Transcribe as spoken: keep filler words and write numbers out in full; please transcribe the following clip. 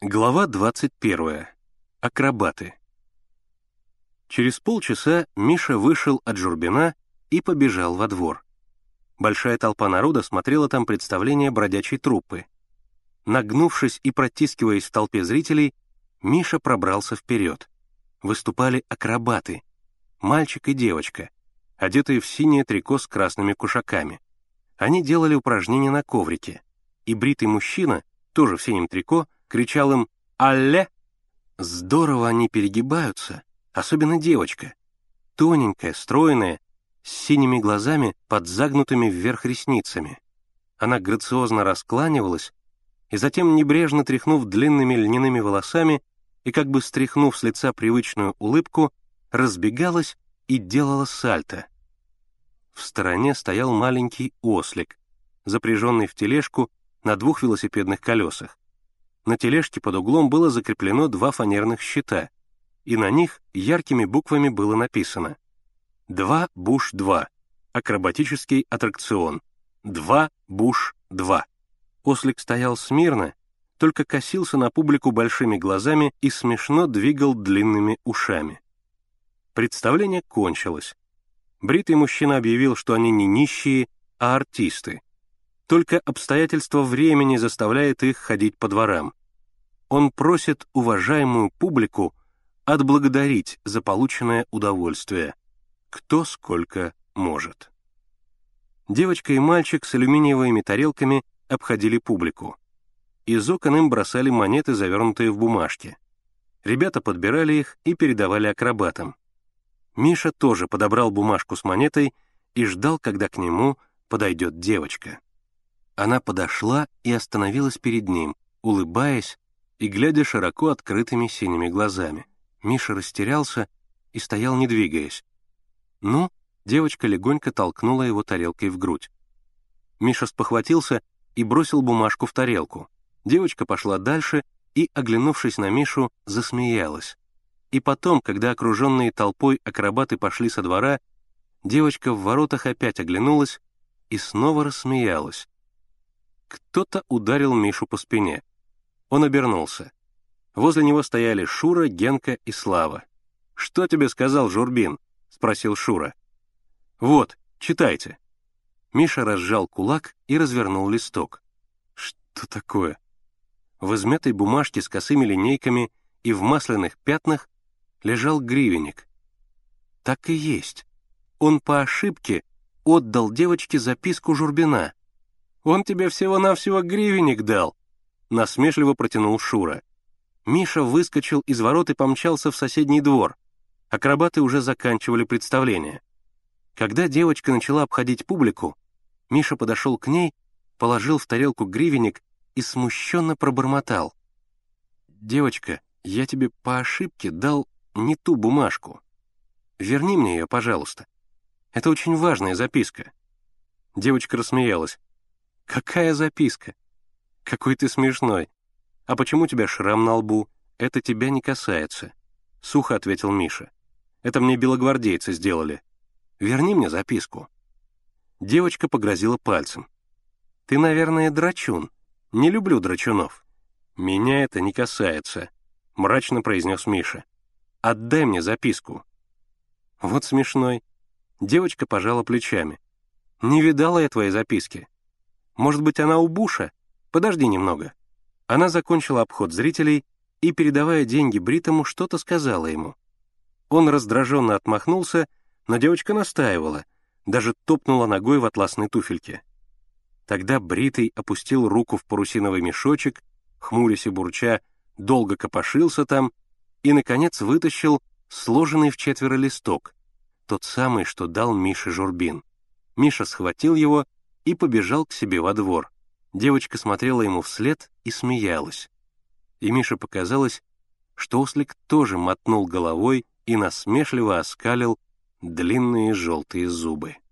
Глава двадцать первая. Акробаты. Через полчаса Миша вышел от Журбина и побежал во двор. Большая толпа народа смотрела там представление бродячей труппы. Нагнувшись и протискиваясь в толпе зрителей, Миша пробрался вперед. Выступали акробаты, мальчик и девочка, одетые в синее трико с красными кушаками. Они делали упражнения на коврике, и бритый мужчина, тоже в синем трико, кричал им «Алле!». Здорово они перегибаются, особенно девочка. Тоненькая, стройная, с синими глазами под загнутыми вверх ресницами. Она грациозно раскланивалась и затем, небрежно тряхнув длинными льняными волосами и как бы стряхнув с лица привычную улыбку, разбегалась и делала сальто. В стороне стоял маленький ослик, запряженный в тележку на двух велосипедных колесах. На тележке под углом было закреплено два фанерных щита, и на них яркими буквами было написано «два буш два. Акробатический аттракцион. два буш два». Ослик стоял смирно, только косился на публику большими глазами и смешно двигал длинными ушами. Представление кончилось. Бритый мужчина объявил, что они не нищие, а артисты. Только обстоятельства времени заставляет их ходить по дворам. Он просит уважаемую публику отблагодарить за полученное удовольствие, кто сколько может. Девочка и мальчик с алюминиевыми тарелками обходили публику. Из окон им бросали монеты, завернутые в бумажки. Ребята подбирали их и передавали акробатам. Миша тоже подобрал бумажку с монетой и ждал, когда к нему подойдет девочка. Она подошла и остановилась перед ним, улыбаясь и глядя широко открытыми синими глазами. Миша растерялся и стоял, не двигаясь. «Ну?» — девочка легонько толкнула его тарелкой в грудь. Миша спохватился и бросил бумажку в тарелку. Девочка пошла дальше и, оглянувшись на Мишу, засмеялась. И потом, когда окруженные толпой акробаты пошли со двора, девочка в воротах опять оглянулась и снова рассмеялась. Кто-то ударил Мишу по спине. Он обернулся. Возле него стояли Шура, Генка и Слава. «Что тебе сказал Журбин?» — спросил Шура. «Вот, читайте». Миша разжал кулак и развернул листок. Что такое? В измятой бумажке с косыми линейками и в масляных пятнах лежал гривенник. Так и есть. Он по ошибке отдал девочке записку Журбина. «Он тебе всего-навсего гривенник дал», — насмешливо протянул Шура. Миша выскочил из ворот и помчался в соседний двор. Акробаты уже заканчивали представление. Когда девочка начала обходить публику, Миша подошел к ней, положил в тарелку гривенник и смущенно пробормотал. «Девочка, я тебе по ошибке дал не ту бумажку. Верни мне ее, пожалуйста. Это очень важная записка». Девочка рассмеялась. «Какая записка? Какой ты смешной. А почему у тебя шрам на лбу? Это тебя не касается», — сухо ответил Миша. «Это мне белогвардейцы сделали. Верни мне записку». Девочка погрозила пальцем. «Ты, наверное, драчун. Не люблю драчунов». «Меня это не касается», — мрачно произнес Миша. «Отдай мне записку». Вот смешной. Девочка пожала плечами. «Не видала я твоей записки. Может быть, она у Буша? Подожди немного». Она закончила обход зрителей и, передавая деньги Бритому, что-то сказала ему. Он раздраженно отмахнулся, но девочка настаивала, даже топнула ногой в атласной туфельке. Тогда Бритый опустил руку в парусиновый мешочек, хмурясь и бурча, долго копошился там и, наконец, вытащил сложенный в четверо листок, тот самый, что дал Мише Журбин. Миша схватил его и побежал к себе во двор. Девочка смотрела ему вслед и смеялась. И Мише показалось, что ослик тоже мотнул головой и насмешливо оскалил длинные желтые зубы.